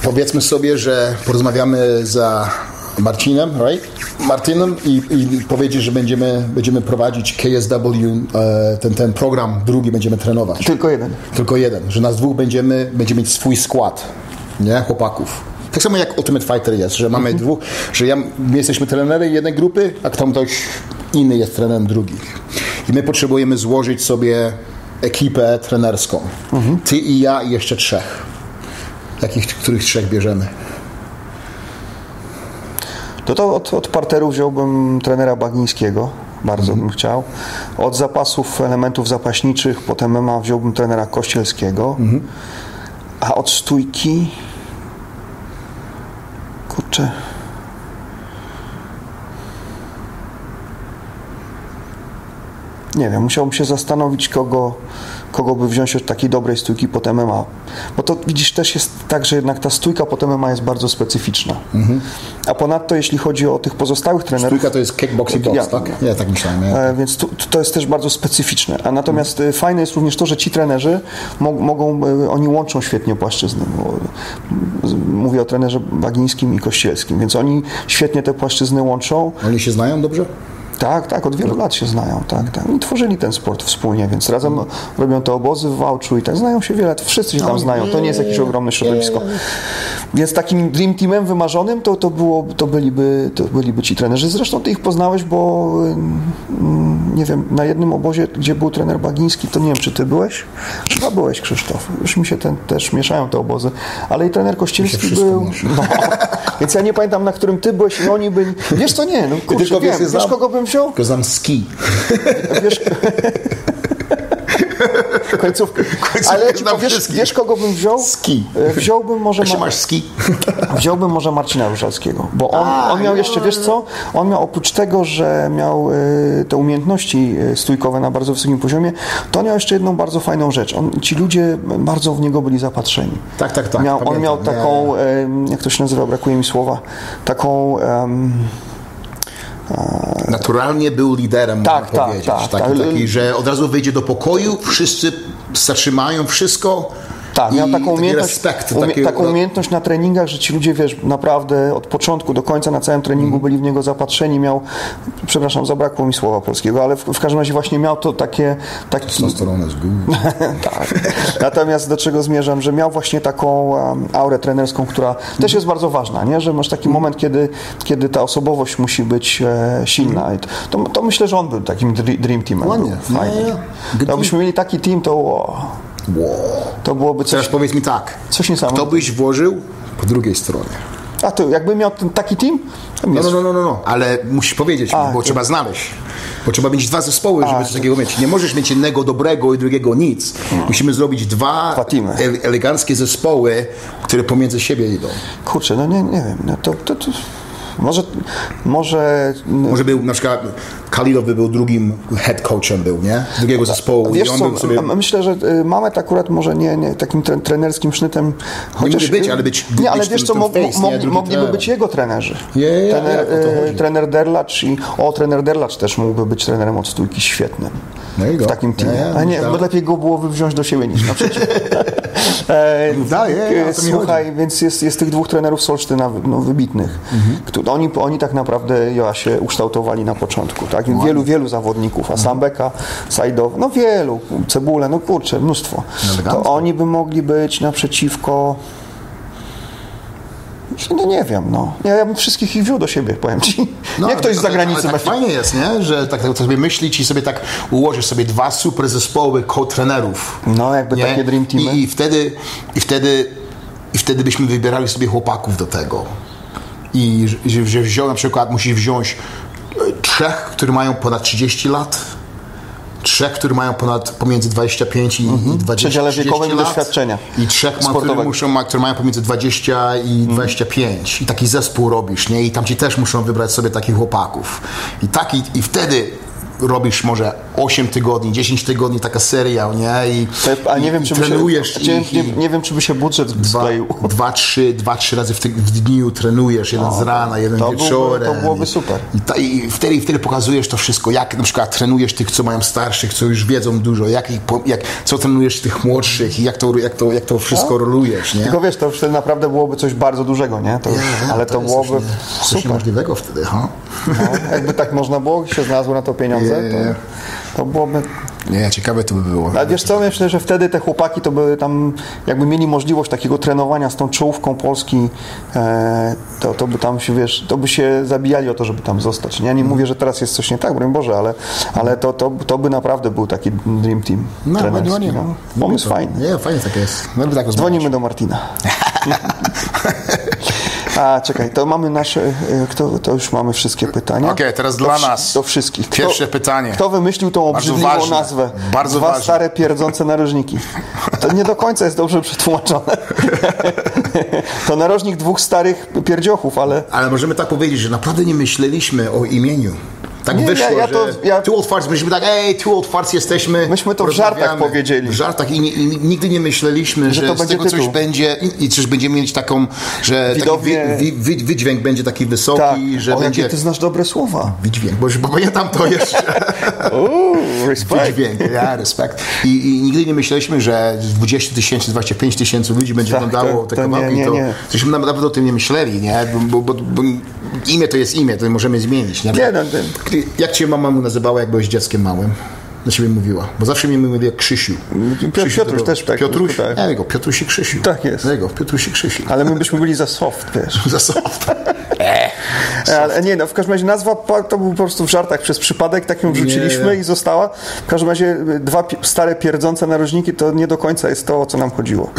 powiedzmy sobie, że porozmawiamy za Martinem i powiedzieć, że będziemy prowadzić KSW, ten program drugi będziemy trenować. Tylko jeden, że nas dwóch będziemy mieć swój skład, nie? Chłopaków. Tak samo jak Ultimate Fighter jest, że mamy dwóch, że my jesteśmy trenerem jednej grupy, a ktoś inny jest trenerem drugich. I my potrzebujemy złożyć sobie ekipę trenerską. Ty i ja i jeszcze 3. Których 3 bierzemy? To od parteru wziąłbym trenera Bagińskiego. Bardzo bym chciał. Od zapasów elementów zapaśniczych potem MMA wziąłbym trenera Kościelskiego. A od stójki... Kurczę... Nie wiem, musiałbym się zastanowić, kogo by wziąć od takiej dobrej stójki pod MMA. Bo to widzisz, też jest tak, że jednak ta stójka pod MMA jest bardzo specyficzna. A ponadto, jeśli chodzi o tych pozostałych trenerów... Stójka to jest kickboxing box, tak? Ja tak myślałem. Więc to jest też bardzo specyficzne. A natomiast fajne jest również to, że ci trenerzy oni łączą świetnie płaszczyzny. Mówię o trenerze Bagińskim i Kościelskim, więc oni świetnie te płaszczyzny łączą. Oni się znają dobrze? Tak, od wielu lat się znają, tak. I tworzyli ten sport wspólnie, więc razem robią te obozy w Wałczu i tak znają się wiele, wszyscy się tam znają, to nie jest jakieś ogromne środowisko. Więc takim dream teamem wymarzonym to byliby ci trenerzy. Zresztą ty ich poznałeś, bo nie wiem, na jednym obozie, gdzie był trener Bagiński, to nie wiem, czy ty byłeś? Chyba byłeś, Krzysztof. Już mi się też mieszają te obozy. Ale i trener Kościelski był... No, więc ja nie pamiętam, na którym ty byłeś i oni byli... Wiesz co, nie, no kurczę, wiesz kogo bym wziął? Tylko znam ski. Wiesz... Końcówkę. Ale wiesz, kogo bym wziął? Ski. Wziąłbym może... masz ski? Wziąłbym może Marcina Różalskiego, bo on miał jeszcze, wiesz co? On miał oprócz tego, że miał te umiejętności stójkowe na bardzo wysokim poziomie, to on miał jeszcze jedną bardzo fajną rzecz. Ci ludzie bardzo w niego byli zapatrzeni. Tak. On miał taką, jak to się nazywa, brakuje mi słowa, taką... Naturalnie był liderem, można powiedzieć. Taki, że od razu wyjdzie do pokoju, wszyscy zatrzymają wszystko. Tak, miał taką umiejętność na treningach, że ci ludzie, wiesz, naprawdę od początku do końca na całym treningu byli w niego zapatrzeni. Przepraszam, zabrakło mi słowa polskiego, ale w każdym razie właśnie miał to takie... Testosteron jest good. Tak. Natomiast do czego zmierzam, że miał właśnie taką aurę trenerską, która też jest bardzo ważna, nie? Że masz taki moment, kiedy ta osobowość musi być silna. I to myślę, że on był takim dream teamem. Ładnie. Gdybyśmy mieli taki team, to... To byłoby coś... Teraz powiedz mi tak, coś niesamowitego. Kto byś włożył po drugiej stronie? A to jakby miał taki team? No. Ale musisz powiedzieć mi, bo trzeba znaleźć. Bo trzeba mieć 2 zespoły, żeby coś takiego mieć. Nie możesz mieć jednego dobrego i drugiego nic. Musimy zrobić 2 eleganckie zespoły, które pomiędzy siebie idą. Kurczę, no nie wiem. No to... Może był na przykład Kalilow był drugim head coachem nie? Drugiego zespołu. Wiesz co, sobie... myślę, że Mamet akurat może nie takim trenerskim sznytem. Chociaż nie być, ale być. Nie, ale wiesz co, mogliby być jego trenerzy. Trener Derlacz trener Derlacz też mógłby być trenerem od stójki świetnym. W takim teamie. Bo lepiej go byłoby wziąć do siebie niż naprzeciw. Słuchaj, więc jest tych 2 trenerów z Olsztyna wybitnych. Oni tak naprawdę się ukształtowali na początku. Tak? Wielu zawodników, Aslambeka, Sajdow, wielu, Cebule, kurczę, mnóstwo. To oni by mogli być naprzeciwko... nie wiem, Ja bym wszystkich ich wziął do siebie, powiem ci. Nie ktoś z zagranicy. Tak fajnie jest, nie? Że tak sobie myślić i sobie tak ułożysz sobie 2 super zespoły co-trenerów. Jakby takie dream teamy. I wtedy byśmy wybierali sobie chłopaków do tego. I że musisz wziąć 3, którzy mają ponad 30 lat, 3, którzy mają pomiędzy 25 i 20 lat. Doświadczenia. I 3, którzy mają pomiędzy 20 i 25. I taki zespół robisz, nie? I tam ci też muszą wybrać sobie takich chłopaków. I wtedy robisz może 8 tygodni, 10 tygodni taka seria, nie? A nie wiem, czy trenujesz nie wiem, czy by się budżet skleił. 2-3 razy w dniu trenujesz, jeden z rana, jeden wieczorem. To byłoby super. I wtedy pokazujesz to wszystko, jak na przykład trenujesz tych, co mają starszych, co już wiedzą dużo, co trenujesz tych młodszych i jak to wszystko rolujesz, nie? Tylko wiesz, to wtedy naprawdę byłoby coś bardzo dużego, nie? Ale to byłoby coś niemożliwego wtedy, jakby tak można było, się znalazło na to pieniądze, to byłoby... Nie, ciekawe to by było. Ale wiesz co, myślę, że wtedy te chłopaki to by tam jakby mieli możliwość takiego trenowania z tą czołówką Polski, to by tam się, wiesz, to by się zabijali o to, żeby tam zostać. Ja nie mówię, że teraz jest coś nie tak, broń Boże, ale to by naprawdę był taki dream team trenerski. Pomysł fajny. Nie, fajnie tak jest. Tak dzwonimy do Martina. A, czekaj, to mamy nasze, to już mamy wszystkie pytania. Okej, teraz dla nas. Do wszystkich. Pierwsze pytanie. Kto wymyślił tą obrzydliwą nazwę? Bardzo Dwa ważne. stare, pierdzące narożniki. To nie do końca jest dobrze przetłumaczone. To narożnik dwóch starych pierdziochów, ale... Ale możemy tak powiedzieć, że naprawdę nie myśleliśmy o imieniu. Tak wyszło, że Two Old Farts, myśmy tak, Two Old Farts jesteśmy. Myśmy to w żartach powiedzieli. W żartach i nigdy nie myśleliśmy, że z tego coś będzie i coś będziemy mieć taką, że widownie... taki wydźwięk będzie taki wysoki, tak. że będzie... jakie ty znasz dobre słowa. Wydźwięk, bo pamiętam to jeszcze. Respekt. Wydźwięk, respekt. I nigdy nie myśleliśmy, że 20 000, 25 000 ludzi będzie oglądało te kawałki. Nie. Cośmy naprawdę o tym nie myśleli, nie? Bo imię to jest imię, to możemy zmienić. Nie? Jak cię mama nazywała, jak byłeś dzieckiem małym? Na siebie mówiła, bo zawsze mi mówiła Krzysiu. Piotruś też tak. Piotruś? Tak. Ja Piotruś i Krzysiu. Tak jest. Piotruś i Krzysiu. Ale my byśmy byli za soft, wiesz. Za soft. Ale nie, w każdym razie nazwa to był po prostu w żartach przez przypadek, tak ją wrzuciliśmy i została. W każdym razie dwa stare, pierdzące narożniki to nie do końca jest to, o co nam chodziło.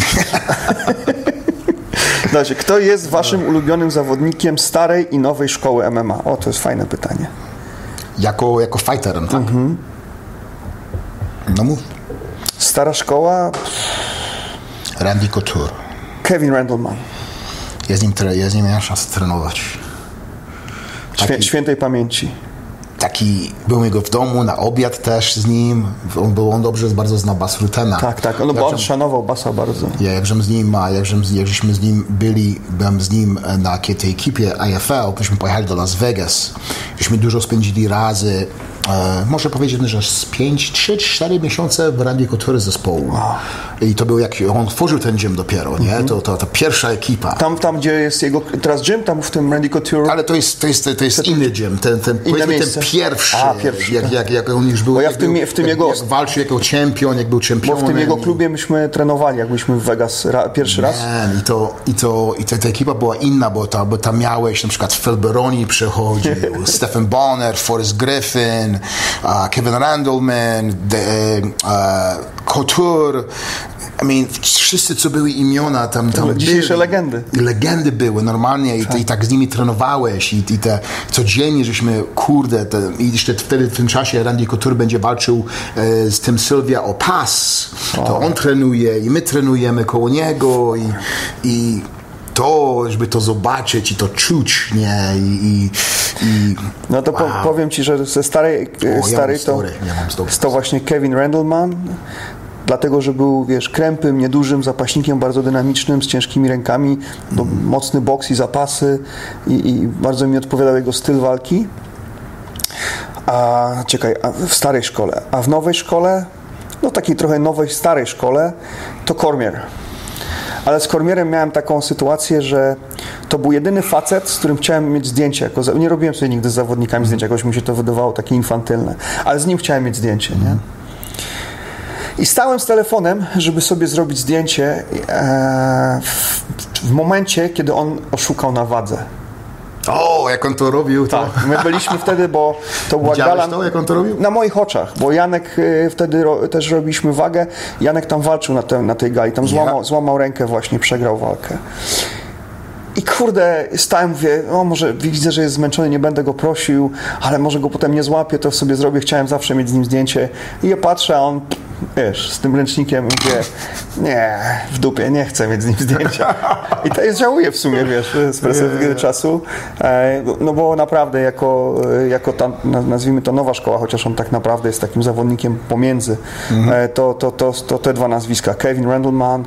Znaczy, kto jest waszym ulubionym zawodnikiem starej i nowej szkoły MMA? O, to jest fajne pytanie. Jako fighterem, tak? No mów. Stara szkoła? Randy Couture. Kevin Randleman. Ja z nim miałem szansę trenować. Świętej pamięci. Byłem jego w domu, na obiad też z nim. On dobrze bardzo znał Bas Rutena. Tak. On szanował Basa bardzo. Jakżeśmy z nim byłem z nim na tej ekipie IFL, myśmy pojechali do Las Vegas. Żeśmy dużo spędzili razy. Może powiedzieć, że z 3-4 miesiące w Randy Couture zespołu. Wow. I to był on tworzył ten gym dopiero, nie? To ta pierwsza ekipa. Tam gdzie jest jego teraz gym, tam w tym Randy Couture. Ale to jest inny gym, ten pierwszy. Jak on już był. Bo ja w tym jego walczył jako czempion, jak był czempionem. Bo w tym jego klubie myśmy trenowali, jak byliśmy w Vegas pierwszy raz. I ta ekipa była inna, bo tam miałeś na przykład Phil Baroni przechodził, Stephen Bonner, Forrest Griffin, Kevin Randleman, Couture. Wszyscy, co były imiona tam dzisiejsze były. Legendy były normalnie i tak z nimi trenowałeś i te codziennie żeśmy, i jeszcze wtedy w tym czasie Randy Couture będzie walczył z tym Sylwia o pas. To on trenuje i my trenujemy koło niego i to, żeby to zobaczyć i to czuć, nie? No to powiem ci, że ze starej to właśnie Kevin Randleman, dlatego, że był, krępym, niedużym zapaśnikiem, bardzo dynamicznym, z ciężkimi rękami, mocny boks i zapasy i bardzo mi odpowiadał jego styl walki. A w starej szkole. A w nowej szkole, takiej trochę nowej, starej szkole, to Cormier. Ale z Cormierem miałem taką sytuację, że to był jedyny facet, z którym chciałem mieć zdjęcie. Nie robiłem sobie nigdy z zawodnikami zdjęcia, jakoś mi się to wydawało takie infantylne. Ale z nim chciałem mieć zdjęcie, nie? I stałem z telefonem, żeby sobie zrobić zdjęcie w momencie, kiedy on oszukał na wadze. Jak on to robił. Tak, my byliśmy wtedy, bo to była gala... to, jak on to robił? Na moich oczach, bo Janek wtedy też robiliśmy wagę. Janek tam walczył na tej gali, tam złamał rękę właśnie, przegrał walkę. I stałem, mówię, może widzę, że jest zmęczony, nie będę go prosił, ale może go potem nie złapię, to sobie zrobię, chciałem zawsze mieć z nim zdjęcie. I ja patrzę, a on wiesz, z tym ręcznikiem mówię, nie, w dupie, nie chcę mieć z nim zdjęcia. I to jest żałuję w sumie, wiesz, z perspektywy czasu, no bo naprawdę jako ta, nazwijmy to nowa szkoła, chociaż on tak naprawdę jest takim zawodnikiem pomiędzy, to te dwa nazwiska, Kevin Randleman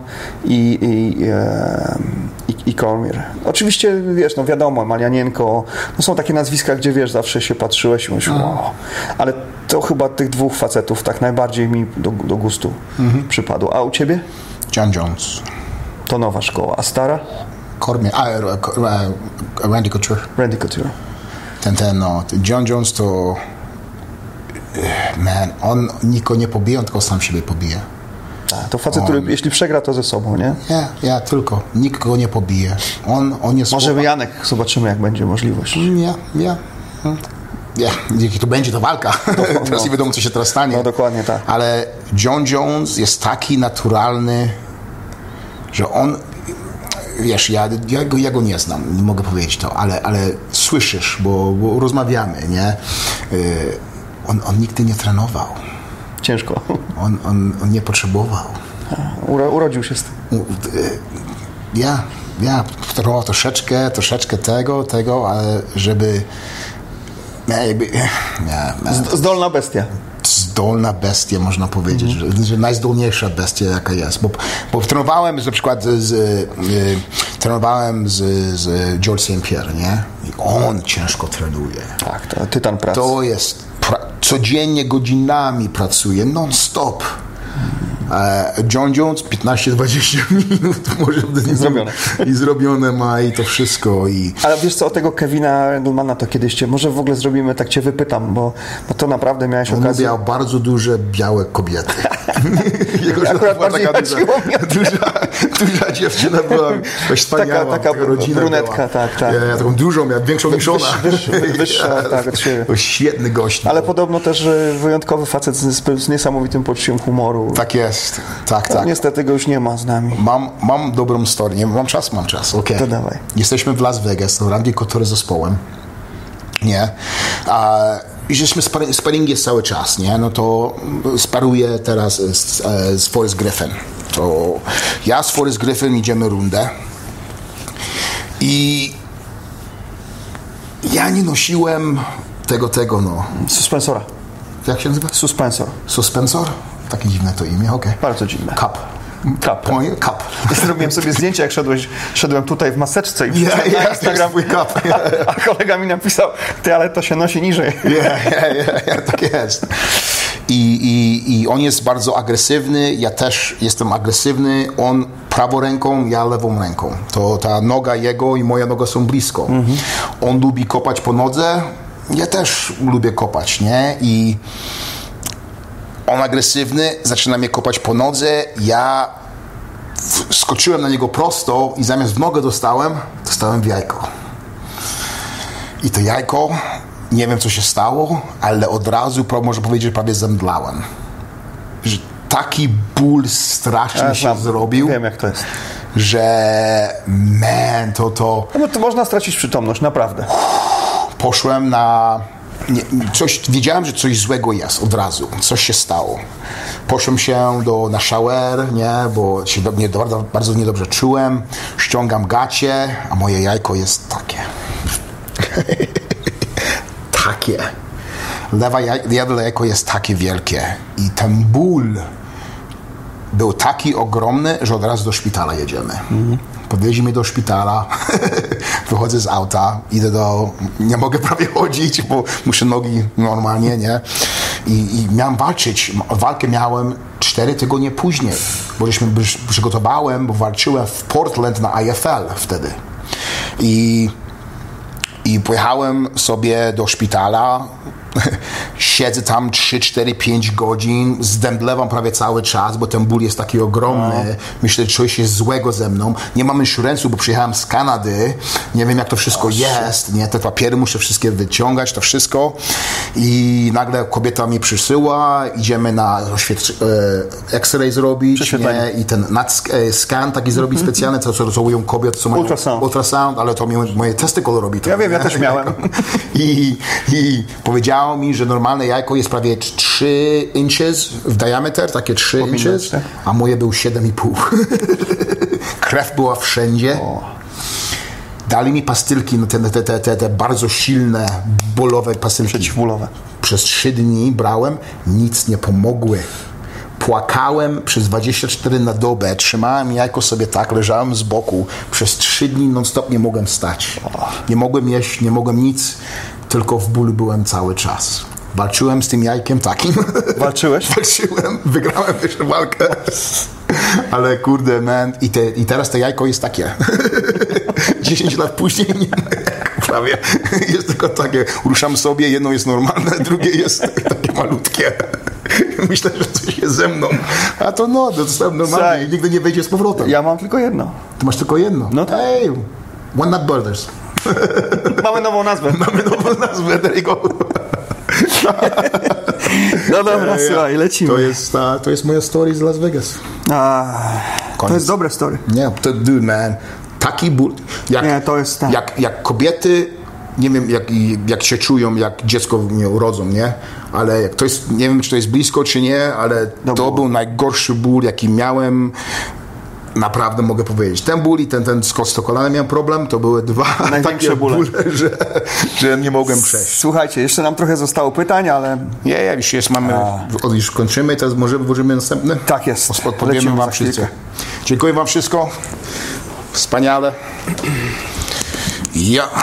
i Cormier. Oczywiście, wiesz, no wiadomo, Malianienko, no są takie nazwiska, gdzie, wiesz, zawsze się patrzyłeś i myślisz, wow, ale to chyba tych dwóch facetów tak najbardziej mi do gustu przypadło. A u ciebie? John Jones. To nowa szkoła. A stara? Cormier, Randy Couture. Randy Couture. No. John Jones to... Man, on nikogo nie pobije, on tylko sam siebie pobije. To facet, który jeśli przegra, to ze sobą, nie? Ja tylko. Nikt go nie pobije. On jest... Może Janek, zobaczymy, jak będzie możliwość. Jaki to będzie to walka. Teraz nie wiadomo, co się teraz stanie. No dokładnie tak. Ale John Jones jest taki naturalny, że on... Wiesz, ja go nie znam, nie mogę powiedzieć to, ale słyszysz, bo rozmawiamy, nie? On nigdy nie trenował. Ciężko. On nie potrzebował. Urodził się z tym. Ja trenował troszeczkę tego, ale żeby... Zdolna bestia. Zdolna bestia, można powiedzieć, że najzdolniejsza bestia, jaka jest. Bo trenowałem na przykład z George St. Pierre, nie? I on ciężko trenuje. Tak, to tytan pracy. To jest... codziennie godzinami pracuje, non-stop. John Jones 15-20 minut może zrobione. I zrobione ma i to wszystko. Ale wiesz co, o tego Kevina Randlemana to kiedyś może w ogóle zrobimy, tak cię wypytam, bo to naprawdę miałeś okazję. On miał bardzo duże białe kobiety. Akurat bardziej duża dziewczyna była, wspaniała, taka brunetka, była. Tak. Ja taką dużą, miałem większą niż ona. Wyższa, tak, od siebie. Świetny gość. Ale podobno też wyjątkowy facet z niesamowitym poczuciem humoru. Tak jest. Tak. Niestety go już nie ma z nami. Mam dobrą historię. Mam czas. Okay. To dawaj. Jesteśmy w Las Vegas, to Randy Couture z zespołem. Nie? I żeśmy sparring jest cały czas, nie? No to sparuję teraz z Forrest Griffin. To ja z Forrest Griffin idziemy rundę. I ja nie nosiłem tego, no. Suspensora. Jak się nazywa? Suspensor? Takie dziwne to imię, okej. Bardzo dziwne. Cup. Zrobiłem sobie zdjęcie, jak szedłem tutaj w maseczce i na Instagram. A kolega mi napisał, ale to się nosi niżej. Tak jest. I on jest bardzo agresywny, ja też jestem agresywny, on prawą ręką, ja lewą ręką. To ta noga jego i moja noga są blisko. On lubi kopać po nodze, ja też lubię kopać, nie? I on agresywny, zaczyna mnie kopać po nodze, ja skoczyłem na niego prosto i zamiast w nogę dostałem w jajko. I to jajko, nie wiem co się stało, ale od razu, można powiedzieć, że prawie zemdlałem. Że taki ból straszny się zrobił. Wiem jak to jest. Że to... No to można stracić przytomność, naprawdę. Poszłem na... wiedziałem, że coś złego jest od razu, coś się stało. Poszłem się na shower, nie, bo się bardzo niedobrze czułem, ściągam gacie, a moje jajko jest takie. Lewe jajko jest takie wielkie i ten ból był taki ogromny, że od razu do szpitala jedziemy. Podwieźli mnie do szpitala, wychodzę z auta, nie mogę prawie chodzić, bo muszę nogi normalnie, nie? I miałem walczyć. Walkę miałem 4 tygodnie później, bo przygotowałem, bo walczyłem w Portland na IFL wtedy. I pojechałem sobie do szpitala, siedzę tam 3, 4, 5 godzin, zdemdlewam prawie cały czas, bo ten ból jest taki ogromny. Myślę, że coś jest złego ze mną. Nie mam insuransu, bo przyjechałem z Kanady. Nie wiem, jak to wszystko jest. Nie? Te papiery muszę wszystkie wyciągać, to wszystko. I nagle kobieta mi przysyła, idziemy na X-ray zrobić. Nie? I ten scan taki zrobić specjalny, co robią kobiety, co mają ultrasound, ale to moje testicle robi. To, ja wiem, ja też miałem. I powiedziałem powiedziało mi, że normalne jajko jest prawie 3 inches w diameter, takie 3 inches, a moje był 7,5. Krew była wszędzie. Dali mi pastylki, no te bardzo silne, bólowe pastylki. Przeciwbólowe. Przez 3 dni brałem, nic nie pomogły. Płakałem przez 24 na dobę, trzymałem jajko sobie tak, leżałem z boku. Przez 3 dni non-stop nie mogłem stać. Nie mogłem jeść, nie mogłem nic, tylko w bólu byłem cały czas. Walczyłem z tym jajkiem takim. Walczyłeś? Walczyłem, wygrałem jeszcze walkę. Ale kurde, man, i teraz to jajko jest takie. 10 lat później nie ma jajka prawie. Jest tylko takie, ruszam sobie, jedno jest normalne, drugie jest takie malutkie. Myślę, że coś jest ze mną. A to dostałem normalnie i nigdy nie wejdzie z powrotem. Ja mam tylko jedno. Ty masz tylko jedno? No tak. Hey, One Nut Brothers. Mamy nową nazwę. There you go. No dobra, słuchaj, lecimy. To jest moja story z Las Vegas. To jest dobre story. Nie, to dude, man. Taki ból. Nie, to jest tak. Jak kobiety, nie wiem jak się czują, jak dziecko mnie urodzą, nie? Ale to jest, nie wiem czy to jest blisko, czy nie, ale to był najgorszy ból, jaki miałem. Naprawdę mogę powiedzieć. Ten ból i ten z kolanem miałem problem, to były dwa takie bóle, że nie mogłem przejść. Słuchajcie, jeszcze nam trochę zostało pytań, ale... Nie, już mamy, już kończymy, teraz może włożymy następny? Tak jest. Odpowiemy wam wszystko. Dziękuję wam wszystko. Wspaniale. Ja.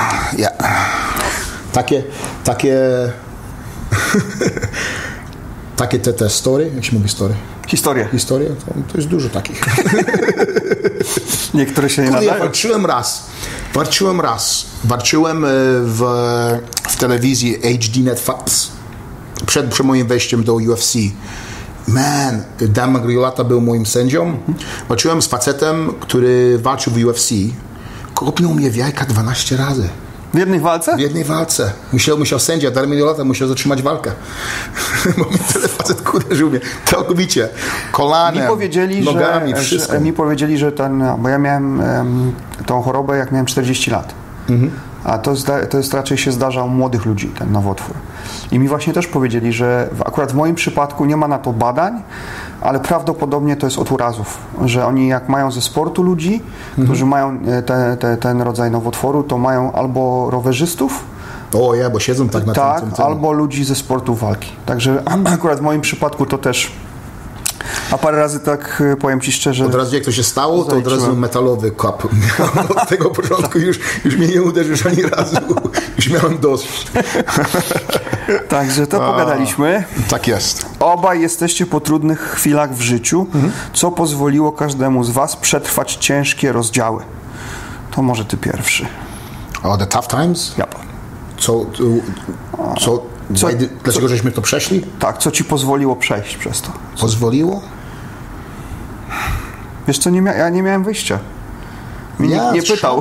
Takie te story, jak się mówi story? Historie, to jest dużo takich. Niektóre się nie nadają. Ja walczyłem raz. Walczyłem w telewizji HD Net Fox przed moim wejściem do UFC. Man, Dan Magriolata był moim sędzią. Walczyłem z facetem, który walczył w UFC. Kopnął mnie w jajka 12 razy. W jednej walce? W jednej walce. Musiał sędzia, Dan Magriolata musiał zatrzymać walkę. Bo mi tyle facet uderzył mnie. Całkowicie. Kolanem, nogami, wszystko. Mi powiedzieli, że bo ja miałem tą chorobę, jak miałem 40 lat. A to jest raczej się zdarza u młodych ludzi, ten nowotwór. I mi właśnie też powiedzieli, że akurat w moim przypadku nie ma na to badań, ale prawdopodobnie to jest od urazów, że oni jak mają ze sportu ludzi, którzy mają ten rodzaj nowotworu, to mają albo rowerzystów, bo siedzą tak na tym. Albo ludzi ze sportu walki. Także akurat w moim przypadku to też. A parę razy tak, powiem ci szczerze... Od razu jak to się stało, to od razu metalowy kap. Od tego początku już mnie nie uderzysz ani razu. Już miałem dość. Także to pogadaliśmy. Tak jest. Obaj jesteście po trudnych chwilach w życiu, co pozwoliło każdemu z was przetrwać ciężkie rozdziały. To może ty pierwszy. The tough times? Yep. Dlaczego żeśmy to przeszli? Tak, co ci pozwoliło przejść przez to? Pozwoliło? Wiesz co, ja nie miałem wyjścia. Nikt nie pytał.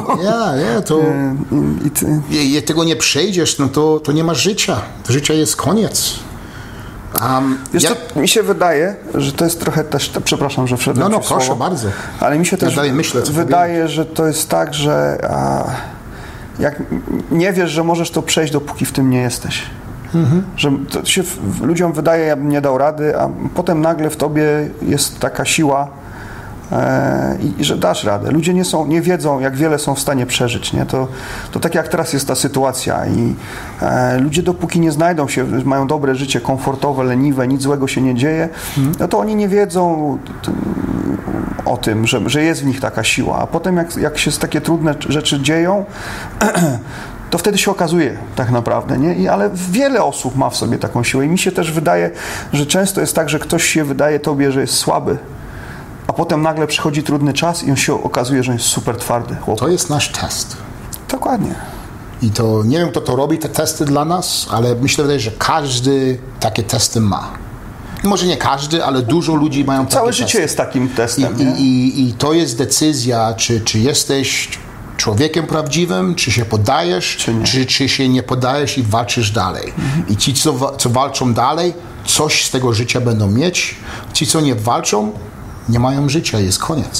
Jak tego nie przejdziesz, no to nie masz życia. To życie jest koniec. Wiesz co, mi się wydaje, że to jest trochę też, przepraszam, że wszedłem No, proszę bardzo. Ale mi się też wydaje, że to jest tak, że jak nie wiesz, że możesz to przejść, dopóki w tym nie jesteś. Że to się ludziom wydaje, ja bym nie dał rady, a potem nagle w tobie jest taka siła i że dasz radę. Ludzie nie wiedzą, jak wiele są w stanie przeżyć. Nie? To tak jak teraz jest ta sytuacja i ludzie dopóki nie znajdą się, mają dobre życie, komfortowe, leniwe, nic złego się nie dzieje, no to oni nie wiedzą o tym, że jest w nich taka siła. A potem jak się takie trudne rzeczy dzieją, to wtedy się okazuje tak naprawdę, nie? Ale wiele osób ma w sobie taką siłę i mi się też wydaje, że często jest tak, że ktoś się wydaje tobie, że jest słaby, a potem nagle przychodzi trudny czas i on się okazuje, że jest super twardy chłopak. To jest nasz test. Dokładnie. I to, nie wiem kto to robi, te testy dla nas, ale myślę, że każdy takie testy ma. Może nie każdy, ale dużo ludzi mają takie Całe życie jest takim testem. I to jest decyzja, czy jesteś człowiekiem prawdziwym, czy się poddajesz, czy się nie poddajesz i walczysz dalej. I ci, co walczą dalej, coś z tego życia będą mieć. Ci, co nie walczą, nie mają życia, jest koniec.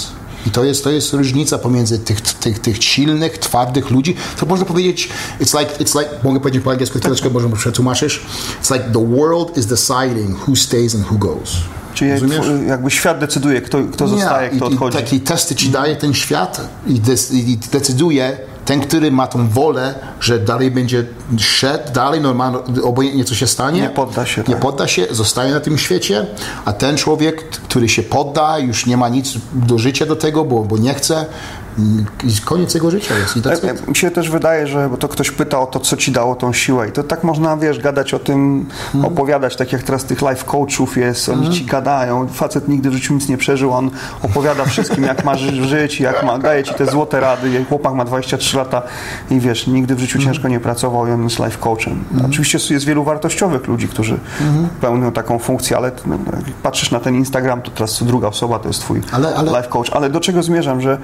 I to jest różnica pomiędzy tych silnych, twardych ludzi. To można powiedzieć, it's like, mogę powiedzieć po angielsku, chwileczkę może przetłumaczysz. It's like the world is deciding who stays and who goes. Czyli jakby świat decyduje, kto zostaje, kto odchodzi. Takie testy ci daje ten świat i decyduje ten, który ma tą wolę, że dalej będzie szedł, dalej normalnie, obojętnie co się stanie. Nie podda się, zostaje na tym świecie, a ten człowiek, który się podda, już nie ma nic do życia do tego, bo nie chce, i koniec jego życia jest. Mi się też wydaje, że bo to ktoś pyta o to, co ci dało tą siłę i to tak można, gadać o tym, opowiadać, tak jak teraz tych life coachów jest, oni ci gadają, facet nigdy w życiu nic nie przeżył, on opowiada wszystkim, jak ma żyć, daje ci te złote rady, chłopak ma 23 lata i nigdy w życiu ciężko nie pracował i on jest life coachem. Oczywiście jest wielu wartościowych ludzi, którzy pełnią taką funkcję, ale jak patrzysz na ten Instagram, to teraz co druga osoba to jest twój life coach. Ale do czego zmierzam, że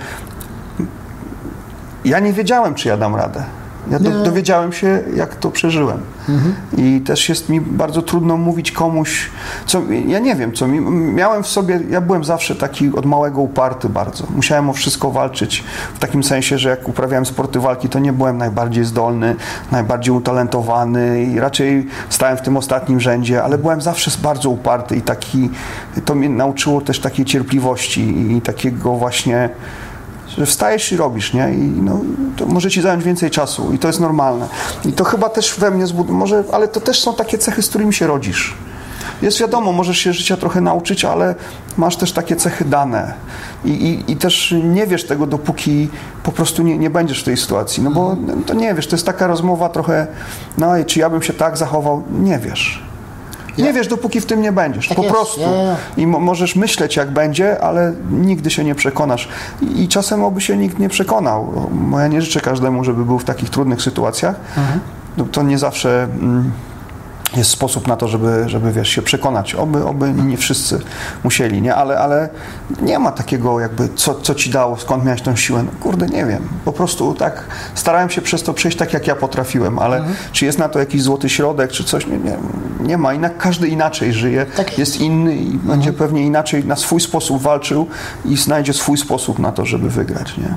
ja nie wiedziałem, czy ja dam radę. Ja dowiedziałem się, jak to przeżyłem. I też jest mi bardzo trudno mówić komuś, ja nie wiem, miałem w sobie, ja byłem zawsze taki od małego uparty bardzo. Musiałem o wszystko walczyć, w takim sensie, że jak uprawiałem sporty walki, to nie byłem najbardziej zdolny, najbardziej utalentowany i raczej stałem w tym ostatnim rzędzie, ale byłem zawsze bardzo uparty i to mnie nauczyło też takiej cierpliwości i takiego właśnie, że wstajesz i robisz, nie? I to może ci zająć więcej czasu i to jest normalne. I to chyba też we mnie ale to też są takie cechy, z którymi się rodzisz. Jest wiadomo, możesz się życia trochę nauczyć, ale masz też takie cechy dane. I też nie wiesz tego, dopóki po prostu nie będziesz w tej sytuacji. Bo to nie wiesz, to jest taka rozmowa trochę, i czy ja bym się tak zachował? Nie wiesz. Nie wiesz, dopóki w tym nie będziesz. Tak po prostu. I możesz myśleć, jak będzie, ale nigdy się nie przekonasz. I czasem oby się nikt nie przekonał. Bo ja nie życzę każdemu, żeby był w takich trudnych sytuacjach. To nie zawsze jest sposób na to, żeby się przekonać. Oby nie wszyscy musieli, nie? Ale nie ma takiego jakby, co ci dało, skąd miałeś tą siłę. Kurde, nie wiem. Po prostu tak starałem się przez to przejść tak, jak ja potrafiłem, ale czy jest na to jakiś złoty środek, czy coś? Nie ma. Każdy inaczej żyje, jest inny i będzie pewnie inaczej na swój sposób walczył i znajdzie swój sposób na to, żeby wygrać, nie?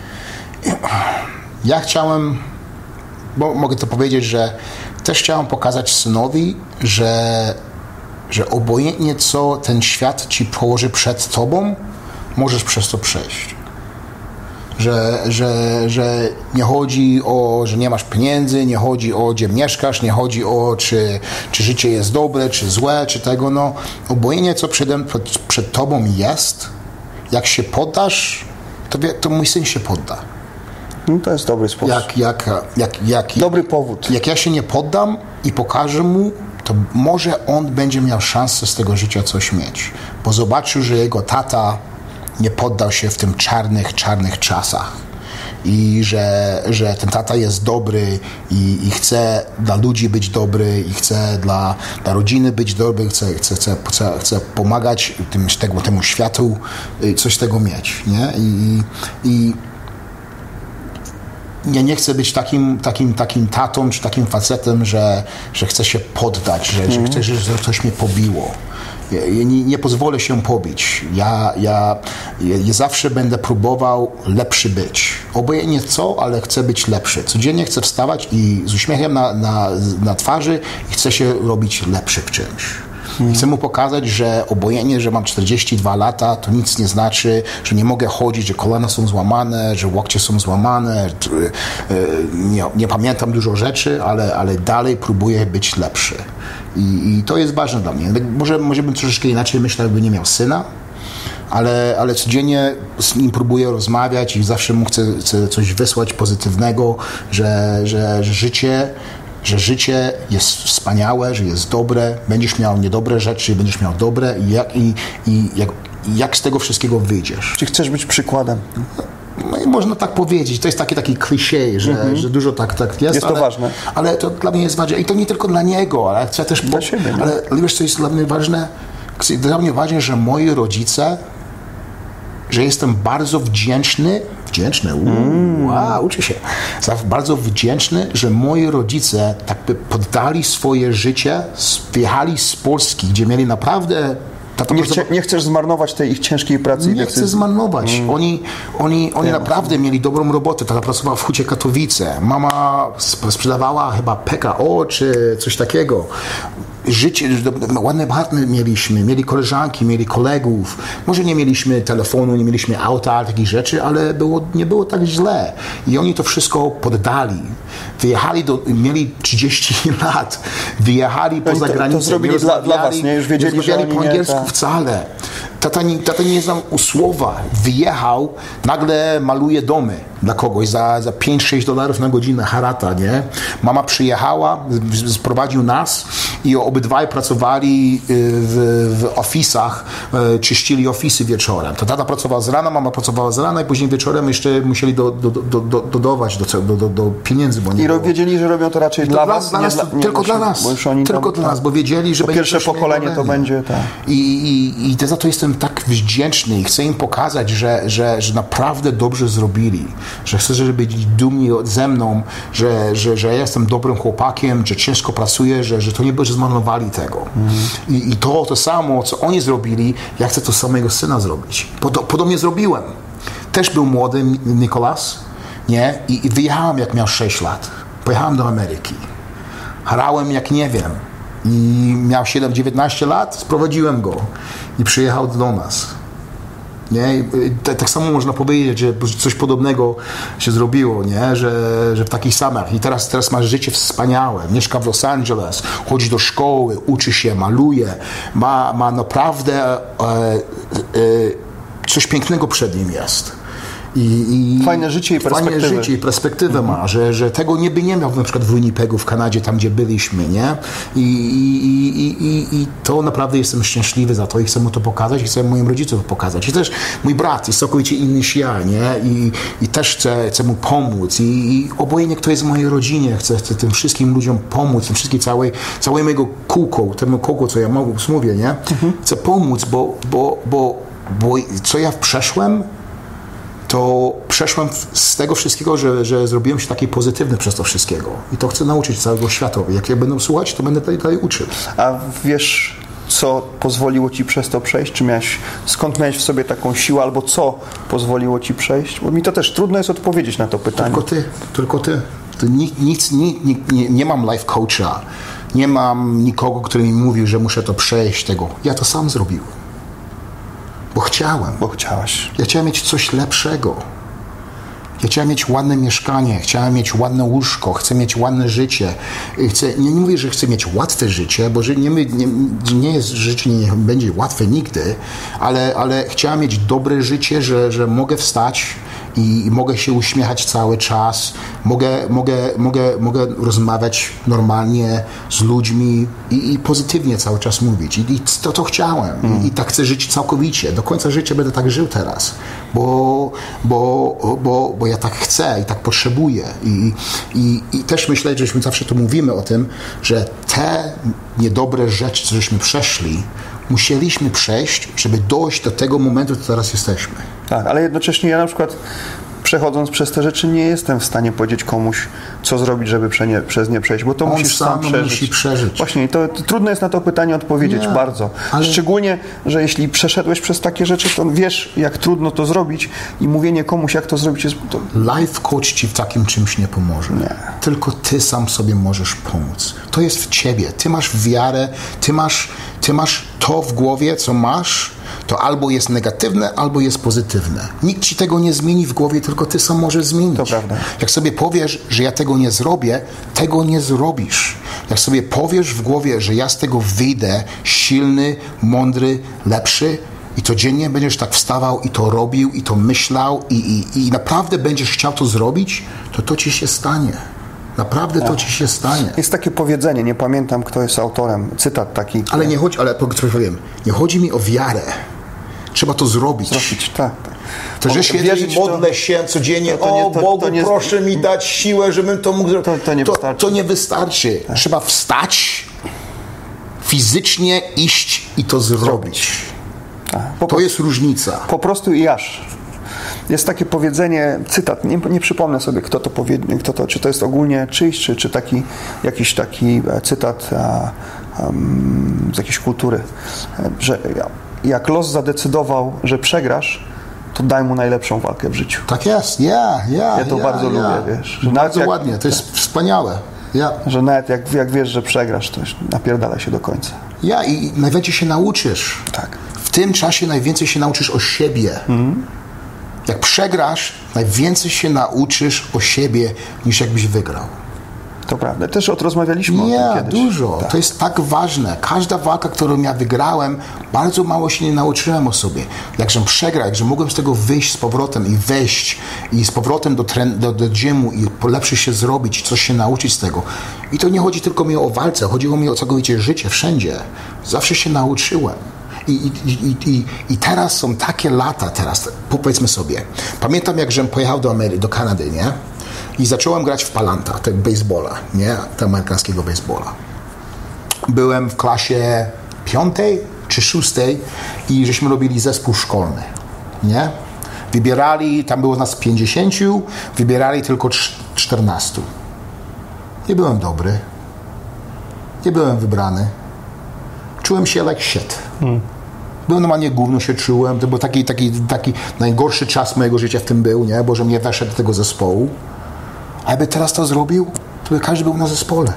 Ja chciałem, bo mogę to powiedzieć, że też chciałem pokazać synowi, że obojętnie co ten świat ci położy przed tobą, możesz przez to przejść. Że nie chodzi o, że nie masz pieniędzy, nie chodzi o, gdzie mieszkasz, nie chodzi o, czy życie jest dobre, czy złe, czy tego, obojętnie co przed tobą jest, jak się poddasz, to mój syn się podda. To jest dobry sposób. Dobry powód. Jak ja się nie poddam i pokażę mu, to może on będzie miał szansę z tego życia coś mieć. Bo zobaczył, że jego tata nie poddał się w tym czarnych czasach. I że ten tata jest dobry i chce dla ludzi być dobry i chce dla rodziny być dobry, chce pomagać temu światu, coś z tego mieć. Nie? I ja nie chcę być takim tatą, czy takim facetem, że chcę się poddać, że chcę, żeby coś mnie pobiło. Ja nie pozwolę się pobić. Ja zawsze będę próbował lepszy być. Obojętnie co, ale chcę być lepszy. Codziennie chcę wstawać i z uśmiechem na twarzy i chcę się robić lepszy w czymś. Chcę mu pokazać, że obojętnie, że mam 42 lata, to nic nie znaczy, że nie mogę chodzić, że kolana są złamane, że łokcie są złamane. Nie pamiętam dużo rzeczy, ale dalej próbuję być lepszy. I to jest ważne dla mnie. Może bym troszeczkę inaczej myślał, jakby nie miał syna, ale codziennie z nim próbuję rozmawiać i zawsze mu chcę coś wysłać pozytywnego, że życie jest wspaniałe, że jest dobre, będziesz miał niedobre rzeczy, będziesz miał dobre i jak z tego wszystkiego wyjdziesz. Czy chcesz być przykładem? Można tak powiedzieć, to jest taki kliszej, że dużo tak jest. Jest to ważne. Ale to dla mnie jest ważne i to nie tylko dla niego, ale chcę też... Dla siebie. Ale wiesz, co jest dla mnie ważne? Dla mnie że moi rodzice, że jestem bardzo wdzięczny, uczę się, bardzo wdzięczny, że moi rodzice tak by poddali swoje życie, wyjechali z Polski, gdzie mieli naprawdę Nie chcesz zmarnować tej ich ciężkiej pracy. Nie chcę zmarnować. Oni naprawdę mieli dobrą robotę. Tata pracowała w Hucie Katowice. Mama sprzedawała chyba PKO czy coś takiego. Życie, ładne partnery mieli koleżanki, mieli kolegów. Może nie mieliśmy telefonu, nie mieliśmy auta, takich rzeczy, ale nie było tak źle. I oni to wszystko poddali. Wyjechali, mieli 30 lat. Wyjechali poza granicę. To zrobili dla was, nie? Już wiedzieli, że oni po angielsku wcale. Tata nie znał słowa. Wyjechał, nagle maluje domy dla kogoś za $5-6 na godzinę, harata, nie? Mama przyjechała, sprowadził nas i obydwaj pracowali w ofisach, czyścili ofisy wieczorem. To tata pracował z rana, mama pracowała z rana i później wieczorem jeszcze musieli dodawać do pieniędzy. Bo I wiedzieli, że robią to raczej dla was? Tylko dla nas. Tylko dla nas, bo wiedzieli, że będzie pierwsze pokolenie to będzie. Tak. I za to jestem tak wdzięczny i chcę im pokazać, że naprawdę dobrze zrobili. Że chcę, żeby byli dumni ze mną, że ja jestem dobrym chłopakiem, że ciężko pracuję, że to nie było, że zmarnowali tego. I to samo, co oni zrobili, ja chcę to samego syna zrobić. Podobnie zrobiłem. Też był młody Nikolas, nie? I wyjechałem, jak miał 6 lat. Pojechałem do Ameryki. Harałem, jak nie wiem. I miał 19 lat, sprowadziłem go i przyjechał do nas. Nie? Tak samo można powiedzieć, że coś podobnego się zrobiło, nie? Że w takich samych. I teraz ma życie wspaniałe. Mieszka w Los Angeles, chodzi do szkoły, uczy się, maluje. Ma naprawdę coś pięknego przed nim jest. Fajne życie i perspektywę ma, że tego nie miał na przykład w Winnipegu, w Kanadzie, tam gdzie byliśmy, nie? I to naprawdę jestem szczęśliwy za to i chcę mu to pokazać i chcę moim rodzicom pokazać. I też mój brat jest całkowicie inny niż ja, nie? I też chcę mu pomóc i obojętnie kto jest w mojej rodzinie, chcę tym wszystkim ludziom pomóc, tym wszystkim całej mojego temu kółko, co ja mówię, nie? Chcę pomóc, bo co ja przeszłem, to przeszłem z tego wszystkiego, że zrobiłem się taki pozytywny przez to wszystkiego. I to chcę nauczyć całego świata. Jak ja będę słuchać, to będę dalej uczył. A wiesz, co pozwoliło ci przez to przejść? Skąd miałeś w sobie taką siłę, albo co pozwoliło ci przejść? Bo mi to też trudno jest odpowiedzieć na to pytanie. Tylko ty. Nie mam life coacha. Nie mam nikogo, który mi mówi, że muszę to przejść tego. Ja to sam zrobiłem. Bo chciałem. Bo chciałeś. Ja chciałem mieć coś lepszego. Ja chciałem mieć ładne mieszkanie, chciałem mieć ładne łóżko, chcę mieć ładne życie. Nie mówię, że chcę mieć łatwe życie, bo życie nie będzie łatwe nigdy, ale chciałem mieć dobre życie, że mogę wstać i mogę się uśmiechać cały czas, mogę rozmawiać normalnie z ludźmi i pozytywnie cały czas mówić. I to chciałem. I tak chcę żyć całkowicie. Do końca życia będę tak żył teraz, bo ja tak chcę i tak potrzebuję. I też myślę, żeśmy zawsze to mówimy o tym, że te niedobre rzeczy, co żeśmy przeszli, musieliśmy przejść, żeby dojść do tego momentu, w którym teraz jesteśmy. Tak, ale jednocześnie ja na przykład przechodząc przez te rzeczy nie jestem w stanie powiedzieć komuś, co zrobić, żeby przez nie przejść, bo to musisz sam przeżyć. Właśnie, to trudno jest na to pytanie odpowiedzieć bardzo. Ale... Szczególnie, że jeśli przeszedłeś przez takie rzeczy, to wiesz, jak trudno to zrobić i mówienie komuś, jak to zrobić jest... Life coach ci w takim czymś nie pomoże. Nie. Tylko ty sam sobie możesz pomóc. To jest w ciebie. Ty masz wiarę, ty masz to w głowie, co masz, to albo jest negatywne, albo jest pozytywne. Nikt ci tego nie zmieni w głowie, tylko ty sam możesz zmienić. To prawda. Jak sobie powiesz, że ja tego nie zrobię, tego nie zrobisz. Jak sobie powiesz w głowie, że ja z tego wyjdę silny, mądry, lepszy i codziennie będziesz tak wstawał i to robił, i to myślał i naprawdę będziesz chciał to zrobić, to ci się stanie. Naprawdę to ci się stanie. Jest takie powiedzenie, nie pamiętam, kto jest autorem, cytat taki. Ale nie chodzi mi o wiarę. Trzeba to zrobić. Tak. To, że świetnie modlę się codziennie, Bogu, proszę mi dać siłę, żebym to mógł zrobić. To nie wystarczy. Tak. Trzeba wstać, fizycznie iść i to zrobić. Tak. To jest różnica. Po prostu i aż. Jest takie powiedzenie, cytat, nie przypomnę sobie, kto to powiedział, czy to jest ogólnie czyjś, czy jakiś taki cytat z jakiejś kultury, że jak los zadecydował, że przegrasz, to daj mu najlepszą walkę w życiu. Tak jest, ja to bardzo lubię, wiesz. Że bardzo ładnie, to jest wspaniałe. Że nawet jak wiesz, że przegrasz, to napierdalaj się do końca. I najwięcej się nauczysz. Tak. W tym czasie najwięcej się nauczysz o siebie. Jak przegrasz, najwięcej się nauczysz o siebie, niż jakbyś wygrał. To prawda. Też rozmawialiśmy o tym kiedyś. Dużo. Tak. To jest tak ważne. Każda walka, którą ja wygrałem, bardzo mało się nie nauczyłem o sobie. Jakżem przegrał, jakżem mogłem z tego wyjść z powrotem i wejść i z powrotem do gymu i lepsze się zrobić, coś się nauczyć z tego. I to nie chodzi tylko mi o walce, chodziło mi o całkowicie życie, wszędzie. Zawsze się nauczyłem. I teraz są takie lata, powiedzmy sobie. Pamiętam, jakżem pojechał do Kanady, nie? I zacząłem grać w Palanta, tego baseballa, nie? Tego amerykańskiego baseballa. Byłem w klasie 5. czy 6. i żeśmy robili zespół szkolny, nie? Wybierali, tam było nas 50, wybierali tylko 14. Nie byłem dobry. Nie byłem wybrany. Czułem się like shit. Byłem normalnie gówno się czułem. To był taki najgorszy czas mojego życia w tym był, nie? Bo że mnie weszedł do tego zespołu. A jakby teraz to zrobił, to by każdy był na zespole.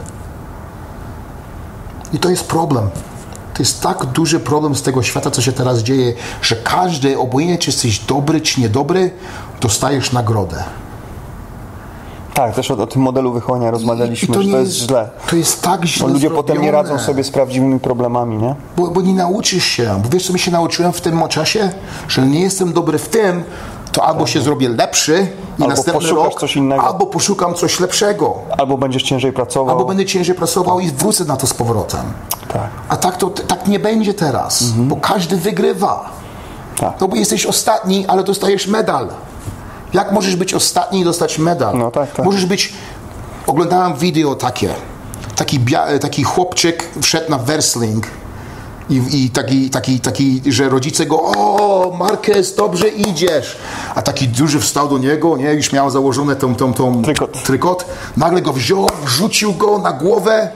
I to jest problem. To jest tak duży problem z tego świata, co się teraz dzieje, że każdy, obojętnie czy jesteś dobry, czy niedobry, dostajesz nagrodę. Tak, też o tym modelu wychowania rozmawialiśmy, że to jest źle. To jest tak źle bo ludzie zrobione. Potem nie radzą sobie z prawdziwymi problemami, nie? Bo nie nauczysz się. Bo wiesz, co mi się nauczyłem w tym czasie? Że nie jestem dobry w tym, to albo się zrobię lepszy i albo następny rok, coś innego. albo poszukam coś lepszego. Albo będziesz ciężej pracował. Albo będę ciężej pracował i wrócę na to z powrotem. Tak. A tak nie będzie teraz, bo każdy wygrywa. Tak. No bo jesteś ostatni, ale dostajesz medal. Jak możesz być ostatni i dostać medal? No tak. Możesz być... Oglądałem wideo taki chłopczyk wszedł na wrestling i taki, że rodzice go, o Marquez, dobrze idziesz. A taki duży wstał do niego, nie, już miał założone tą trykot. Nagle go wziął, rzucił go na głowę.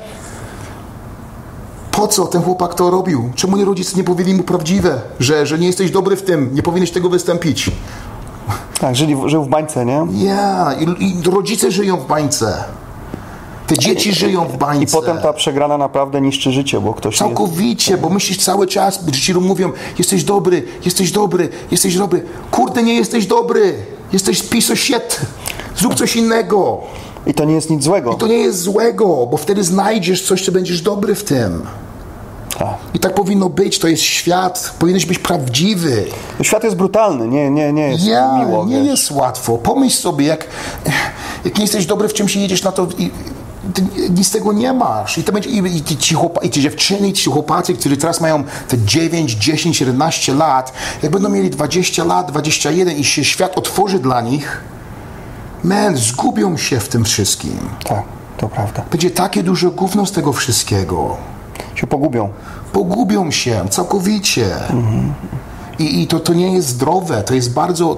Po co ten chłopak to robił? Czemu nie rodzice nie powiedzieli mu prawdziwe, że nie jesteś dobry w tym, nie powinieneś tego wystąpić? Tak, żył w bańce, nie? I rodzice żyją w bańce. Te dzieci żyją w bańce. I potem ta przegrana naprawdę niszczy życie, bo ktoś... Całkowicie, bo myślisz cały czas, ci mówią, jesteś dobry. Kurde, nie jesteś dobry. Jesteś piece of shit. Zrób coś innego. I to nie jest nic złego. Bo wtedy znajdziesz coś, co będziesz dobry w tym. Tak. I tak powinno być, to jest świat, powinieneś być prawdziwy. Świat jest brutalny, nie jest miło. Nie jest łatwo. Pomyśl sobie, jak nie jesteś dobry w czymś i jedziesz na to i nic z tego nie masz. I to będzie i ci dziewczyny, i ci chłopacy, którzy teraz mają te 9, 10, 11 lat, jak będą mieli 20 lat, 21 i się świat otworzy dla nich, zgubią się w tym wszystkim. Tak, to prawda. Będzie takie duże gówno z tego wszystkiego. Się pogubią. Pogubią się całkowicie. I to nie jest zdrowe. To jest bardzo...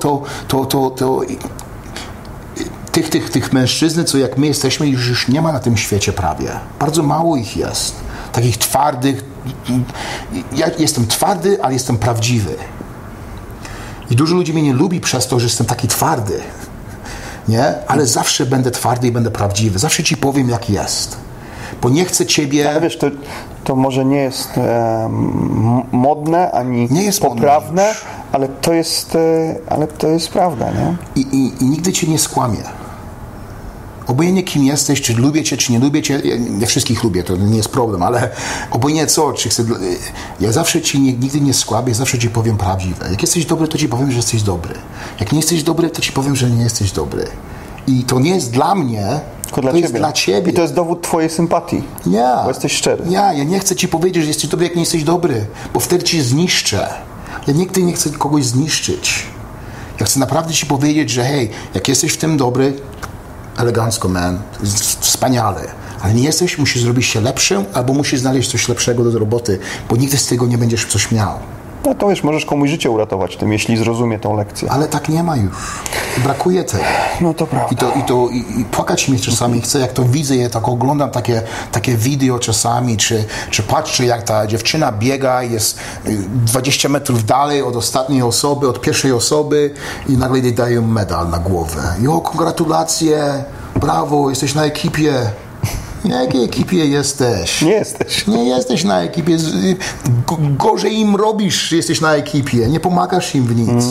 Tych mężczyzn, co jak my jesteśmy, już nie ma na tym świecie prawie. Bardzo mało ich jest. Takich twardych. Ja jestem twardy, ale jestem prawdziwy. I dużo ludzi mnie nie lubi przez to, że jestem taki twardy. Nie? Ale zawsze będę twardy i będę prawdziwy. Zawsze ci powiem, jak jest. Bo nie chcę ciebie... Ale wiesz, to może nie jest modne, ani nie jest poprawne, ale to jest prawda, nie? I nigdy cię nie skłamię. Obojętnie kim jesteś, czy lubię cię, czy nie lubię cię, ja wszystkich lubię, to nie jest problem, ale obojętnie co, czy chcę... Ja zawsze ci nigdy nie skłamię, zawsze ci powiem prawdziwe. Jak jesteś dobry, to ci powiem, że jesteś dobry. Jak nie jesteś dobry, to ci powiem, że nie jesteś dobry. I to nie jest dla mnie, to jest dla ciebie. I to jest dowód twojej sympatii. Bo jesteś szczery. Ja nie chcę ci powiedzieć, że jesteś dobry, jak nie jesteś dobry, bo wtedy cię zniszczę. Ja nigdy nie chcę kogoś zniszczyć. Ja chcę naprawdę ci powiedzieć, że hej, jak jesteś w tym dobry, elegancko, wspaniale. Ale nie jesteś, musisz zrobić się lepszym, albo musisz znaleźć coś lepszego do roboty, bo nigdy z tego nie będziesz coś miał. No to wiesz, możesz komuś życie uratować tym, jeśli zrozumie tą lekcję. Ale tak nie ma już. Brakuje tego. No to prawda. I płakać mi czasami chcę, jak to widzę, jak tak oglądam takie wideo czasami, czy patrzę, jak ta dziewczyna biega, jest 20 metrów dalej od ostatniej osoby, od pierwszej osoby i nagle jej dają medal na głowę. Gratulacje, brawo, jesteś na ekipie. Na jakiej ekipie jesteś? Nie jesteś. Nie jesteś na ekipie. Gorzej im robisz, że jesteś na ekipie. Nie pomagasz im w nic.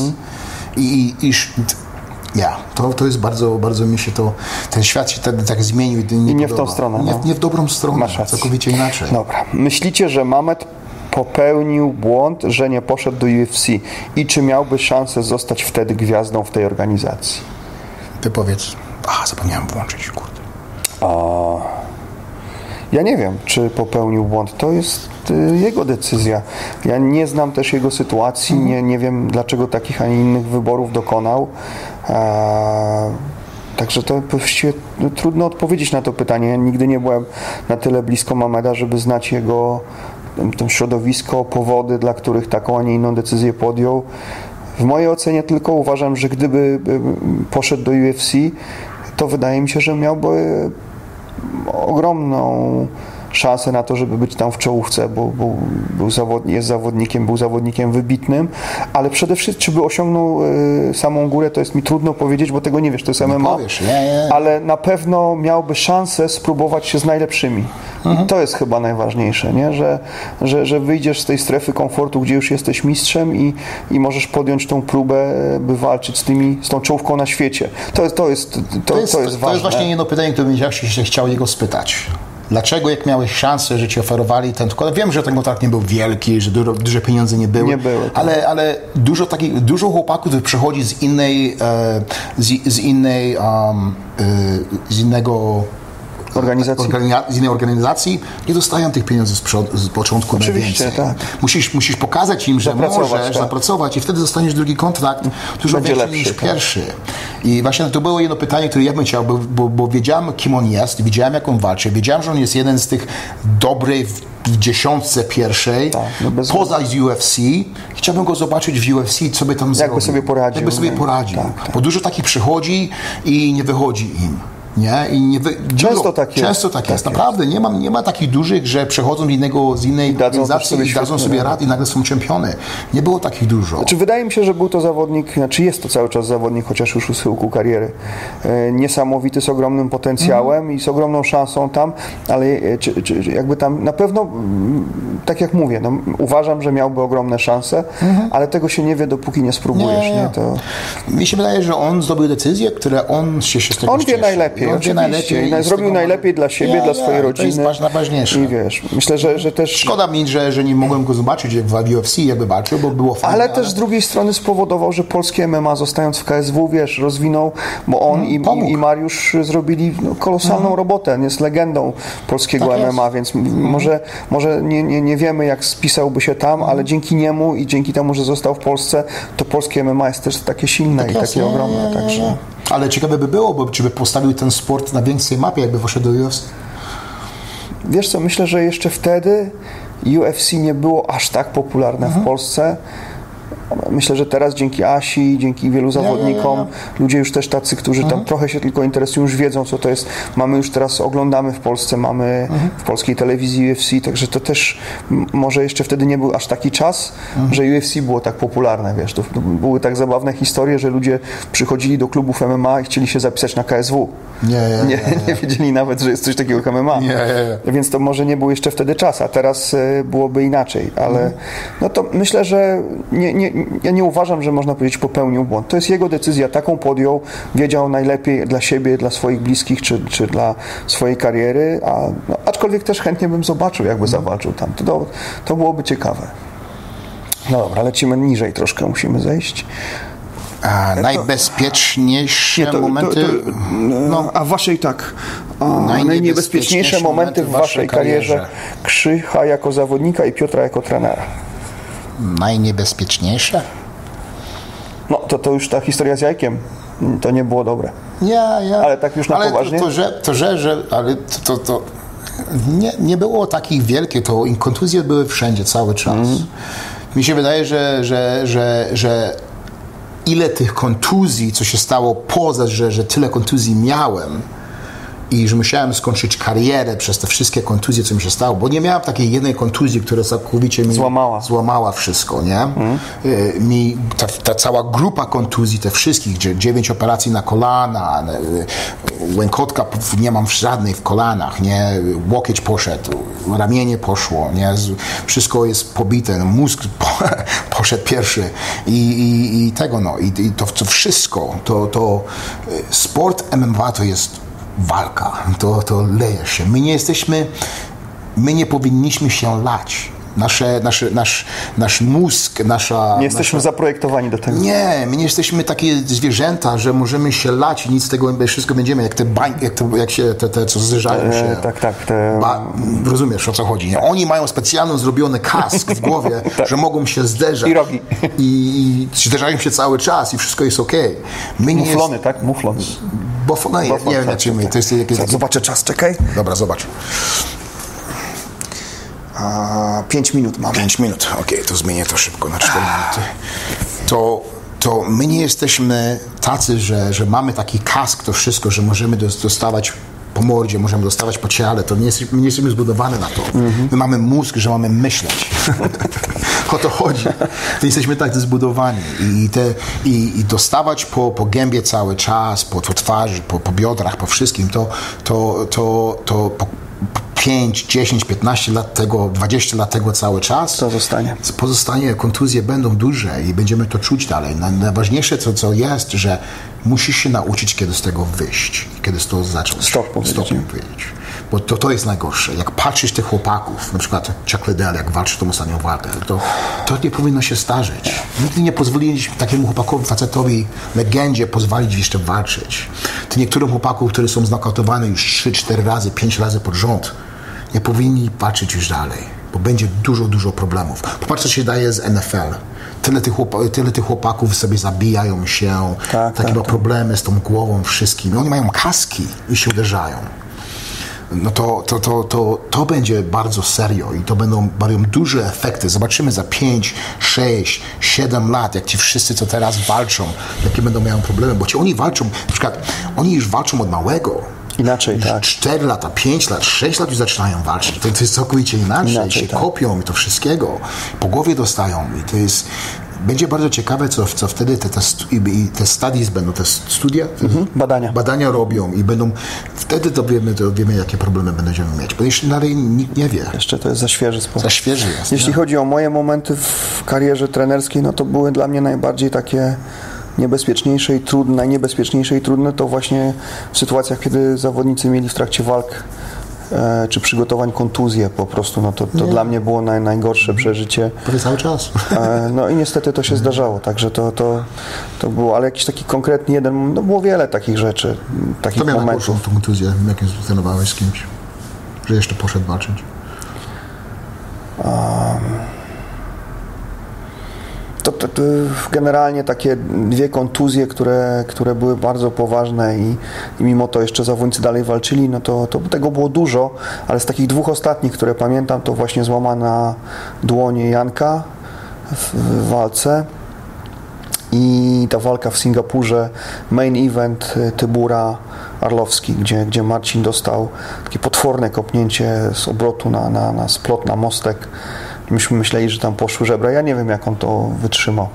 To jest bardzo, bardzo mi się ten świat się tak zmienił. I nie w tą stronę. Nie w dobrą stronę, całkowicie inaczej. Dobra. Myślicie, że Mamet popełnił błąd, że nie poszedł do UFC? I czy miałby szansę zostać wtedy gwiazdą w tej organizacji? Ty powiedz. Zapomniałem włączyć, kurde. Ja nie wiem, czy popełnił błąd. To jest jego decyzja. Ja nie znam też jego sytuacji, nie wiem, dlaczego takich, a nie innych wyborów dokonał. Także to właściwie trudno odpowiedzieć na to pytanie. Ja nigdy nie byłem na tyle blisko Mameda, żeby znać jego to środowisko, powody, dla których taką, a nie inną decyzję podjął. W mojej ocenie tylko uważam, że gdyby poszedł do UFC, to wydaje mi się, że miałby ogromną szansę na to, żeby być tam w czołówce, bo był zawodnikiem wybitnym, ale przede wszystkim, czy by osiągnął samą górę, to jest mi trudno powiedzieć, bo tego nie wiesz, to jest MMA, powiesz, ale na pewno miałby szansę spróbować się z najlepszymi. I to jest chyba najważniejsze, nie? Że wyjdziesz z tej strefy komfortu, gdzie już jesteś mistrzem i możesz podjąć tą próbę, by walczyć z tą czołówką na świecie. To jest ważne. To jest właśnie jedno pytanie, które bym się chciał jego spytać. Dlaczego, jak miałeś szansę, że ci oferowali ten kontrakt? Wiem, że ten kontrakt nie był wielki, że duże pieniądze nie były. Tak. Ale dużo chłopaków, którzy przychodzi z innej organizacji, nie dostają tych pieniędzy z początku najwięcej. Tak. Musisz pokazać im, że możesz zapracować i wtedy dostaniesz drugi kontrakt dużo większy niż pierwszy. I właśnie to było jedno pytanie, które ja bym chciał, bo wiedziałem, kim on jest, widziałem, jak on walczy, wiedziałem, że on jest jeden z tych dobrych w dziesiątce pierwszej, poza z UFC. Chciałbym go zobaczyć w UFC, co by tam zrobił. Jakby sobie poradził. Tak. Bo dużo takich przychodzi i nie wychodzi im. Nie? Często tak jest. Naprawdę. Nie ma takich dużych, że przechodzą z innej organizacji i dadzą sobie radę i nagle są czempiony. Nie było takich dużo. Wydaje mi się, że był to zawodnik, jest to cały czas zawodnik, chociaż już u schyłku kariery. Niesamowity, z ogromnym potencjałem i z ogromną szansą tam, ale jakby tam na pewno, tak jak mówię, uważam, że miałby ogromne szanse, ale tego się nie wie, dopóki nie spróbujesz. Nie. Mi się wydaje, że on zdobył decyzję, które on się z tego wie najlepiej. Zrobił najlepiej dla siebie, dla swojej rodziny. To jest najważniejsze. I wiesz, myślę, że też... Szkoda mi, że nie mogłem go zobaczyć w UFC, jakby walczył, bo było fajne. Ale też z drugiej strony spowodował, że polskie MMA, zostając w KSW, rozwinął, bo on i Mariusz zrobili kolosalną robotę. On jest legendą polskiego MMA, więc może nie wiemy, jak spisałby się tam, ale dzięki niemu i dzięki temu, że został w Polsce, to polskie MMA jest też takie silne i takie ogromne. Także... Ale ciekawe by było, bo czy by postawił ten sport na większej mapie, jakby poszedł do UFC? Wiesz co, myślę, że jeszcze wtedy UFC nie było aż tak popularne w Polsce. Myślę, że teraz dzięki Asi, dzięki wielu zawodnikom, ludzie już też tacy, którzy tam trochę się tylko interesują, już wiedzą, co to jest. Mamy już teraz, oglądamy w Polsce, mamy w polskiej telewizji UFC, także to też może jeszcze wtedy nie był aż taki czas, że UFC było tak popularne, wiesz. To były tak zabawne historie, że ludzie przychodzili do klubów MMA i chcieli się zapisać na KSW. Nie wiedzieli nawet, że jest coś takiego jak MMA. Więc to może nie był jeszcze wtedy czas, a teraz byłoby inaczej, ale no to myślę, że ja nie uważam, że można powiedzieć popełnił błąd. To jest jego decyzja, taką podjął, wiedział najlepiej dla siebie, dla swoich bliskich, czy dla swojej kariery, aczkolwiek też chętnie bym zobaczył, jakby zawalczył tam. To byłoby ciekawe. No dobra, lecimy niżej troszkę, musimy zejść. Najbezpieczniejsze momenty... A waszej najniebezpieczniejsze momenty w waszej karierze Krzycha jako zawodnika i Piotra jako trenera. Najniebezpieczniejsze? No, to już ta historia z jajkiem, to nie było dobre. Ale tak już na poważnie? Ale nie było takich wielkich, to kontuzje były wszędzie cały czas. Mi się wydaje, że ile tych kontuzji, co się stało poza, że tyle kontuzji miałem i że musiałem skończyć karierę przez te wszystkie kontuzje, co mi się stało, bo nie miałem takiej jednej kontuzji, która całkowicie mi złamała wszystko, nie? Ta cała grupa kontuzji, te wszystkich, 9 operacji na kolana, łękotka nie mam żadnej w kolanach, nie? Łokieć poszedł, ramienie poszło, nie? Wszystko jest pobite, mózg poszedł pierwszy i tego, i to wszystko, to sport MMA to jest walka, to leje się. My nie powinniśmy się lać. Nasz mózg, nie jesteśmy zaprojektowani do tego. Nie, my nie jesteśmy takie zwierzęta, że możemy się lać i nic z tego wszystko będziemy, jak te bańki, jak się te co zderzają się. Tak. Rozumiesz, o co chodzi. Nie? Oni mają specjalnie zrobiony kask w głowie, tak. Że mogą się zderzać. I rogi. I zderzają się cały czas i wszystko jest okej. Muflony, tak? Muflon. Nie wiem, jak my. To jest jakieś... Zobaczę czas, czekaj. Dobra, zobacz. 5 minut mamy. 5 minut, okej, to zmienię to szybko na 4 minuty. To my nie jesteśmy tacy, że mamy taki kask, to wszystko, że możemy dostawać po mordzie, możemy dostawać po ciele, to my nie jesteśmy zbudowani na to. My mamy mózg, że mamy myśleć. O to chodzi. To jesteśmy tak zbudowani i dostawać po gębie cały czas, po twarzy, po biodrach, po wszystkim, to 5, 10, 15 lat tego, 20 lat tego cały czas. To pozostanie, kontuzje będą duże i będziemy to czuć dalej. Najważniejsze co jest, że musisz się nauczyć, kiedy z tego wyjść, kiedy z tego zacząć. Stop powiedzieć. Bo to jest najgorsze. Jak patrzysz tych chłopaków, na przykład Chuck Liddell, jak walczy tą ostatnią walkę, to nie powinno się zdarzyć. Nigdy nie pozwoliliśmy takiemu chłopakowi, facetowi, legendzie pozwolić jeszcze walczyć. Ty niektórym chłopaków, którzy są znokautowane już 3, 4 razy, 5 razy pod rząd, nie powinni walczyć już dalej, bo będzie dużo problemów. Popatrz, co się daje z NFL. Tyle tych chłopaków sobie zabijają się, takie ma problemy z tą głową, wszystkim. Oni mają kaski i się uderzają. No to będzie bardzo serio i to będą duże efekty. Zobaczymy za 5, 6, 7 lat, jak ci wszyscy, co teraz walczą, jakie będą miały problemy, bo oni walczą, na przykład, oni już walczą od małego. Inaczej, tak. 4 lata, 5 lat, 6 lat już zaczynają walczyć. To jest całkowicie inaczej się kopią i to wszystkiego. Po głowie dostają i to jest... Będzie bardzo ciekawe, co wtedy te studies będą, te studia, badania robią i będą, wtedy wiemy, jakie problemy będziemy mieć, bo jeszcze dalej nikt nie wie. Jeszcze to jest za świeży sport. Za świeży jest. Jeśli chodzi o moje momenty w karierze trenerskiej, no to były dla mnie najbardziej takie najniebezpieczniejsze i trudne to właśnie w sytuacjach, kiedy zawodnicy mieli w trakcie walk czy przygotowań kontuzję po prostu, no to dla mnie było najgorsze przeżycie. To cały czas. No i niestety to się zdarzało, także to było, ale jakiś taki konkretny jeden, no było wiele takich rzeczy, takich momentów. To miał tą kontuzję, jak trenowałeś z kimś, że jeszcze poszedł walczyć? To generalnie takie 2 kontuzje, które były bardzo poważne i mimo to jeszcze zawodnicy dalej walczyli, no to tego było dużo, ale z takich 2 ostatnich, które pamiętam, to właśnie złamana dłoń Janka w walce i ta walka w Singapurze, main event Tybura Arlowski, gdzie Marcin dostał takie potworne kopnięcie z obrotu na splot, na mostek. Myśmy myśleli, że tam poszły żebra. Ja nie wiem, jak on to wytrzymał.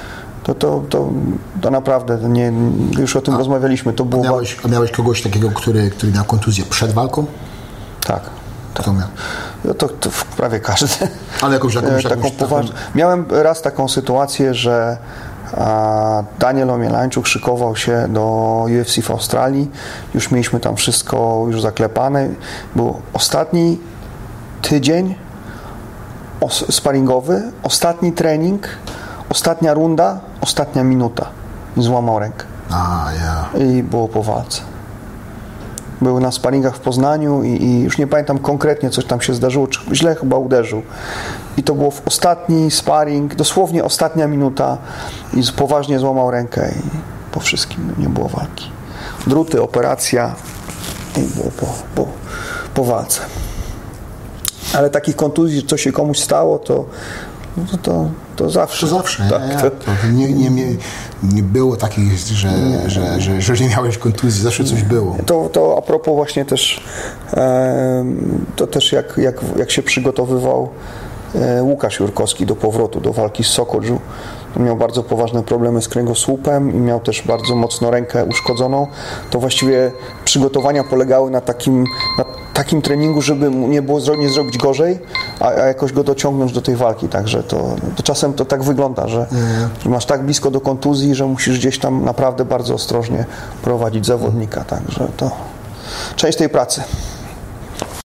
To naprawdę, już o tym rozmawialiśmy. To było... A miałeś kogoś takiego, który miał kontuzję przed walką? Tak. Kto miał? No to prawie każdy. Ale jakąś poważną. Miałem raz taką sytuację, że Daniel Omielańczuk szykował się do UFC w Australii. Już mieliśmy tam wszystko już zaklepane. Był ostatni tydzień sparingowy, ostatni trening, ostatnia runda, ostatnia minuta. Złamał rękę. I było po walce. Był na sparingach w Poznaniu i już nie pamiętam konkretnie, coś tam się zdarzyło, czy źle chyba uderzył. I to było w ostatni sparing, dosłownie ostatnia minuta i poważnie złamał rękę i po wszystkim nie było walki. Druty, operacja i było po walce. Ale takich kontuzji, co się komuś stało, to to zawsze. To zawsze, nie było takich, że nie miałeś kontuzji, zawsze coś było. To a propos właśnie też, to też jak się przygotowywał Łukasz Jurkowski do powrotu, do walki z Sokodżu. Miał bardzo poważne problemy z kręgosłupem i miał też bardzo mocno rękę uszkodzoną. To właściwie przygotowania polegały na takim treningu, żeby nie zrobić gorzej, a jakoś go dociągnąć do tej walki. Także to czasem to tak wygląda, że masz tak blisko do kontuzji, że musisz gdzieś tam naprawdę bardzo ostrożnie prowadzić zawodnika. Także to część tej pracy.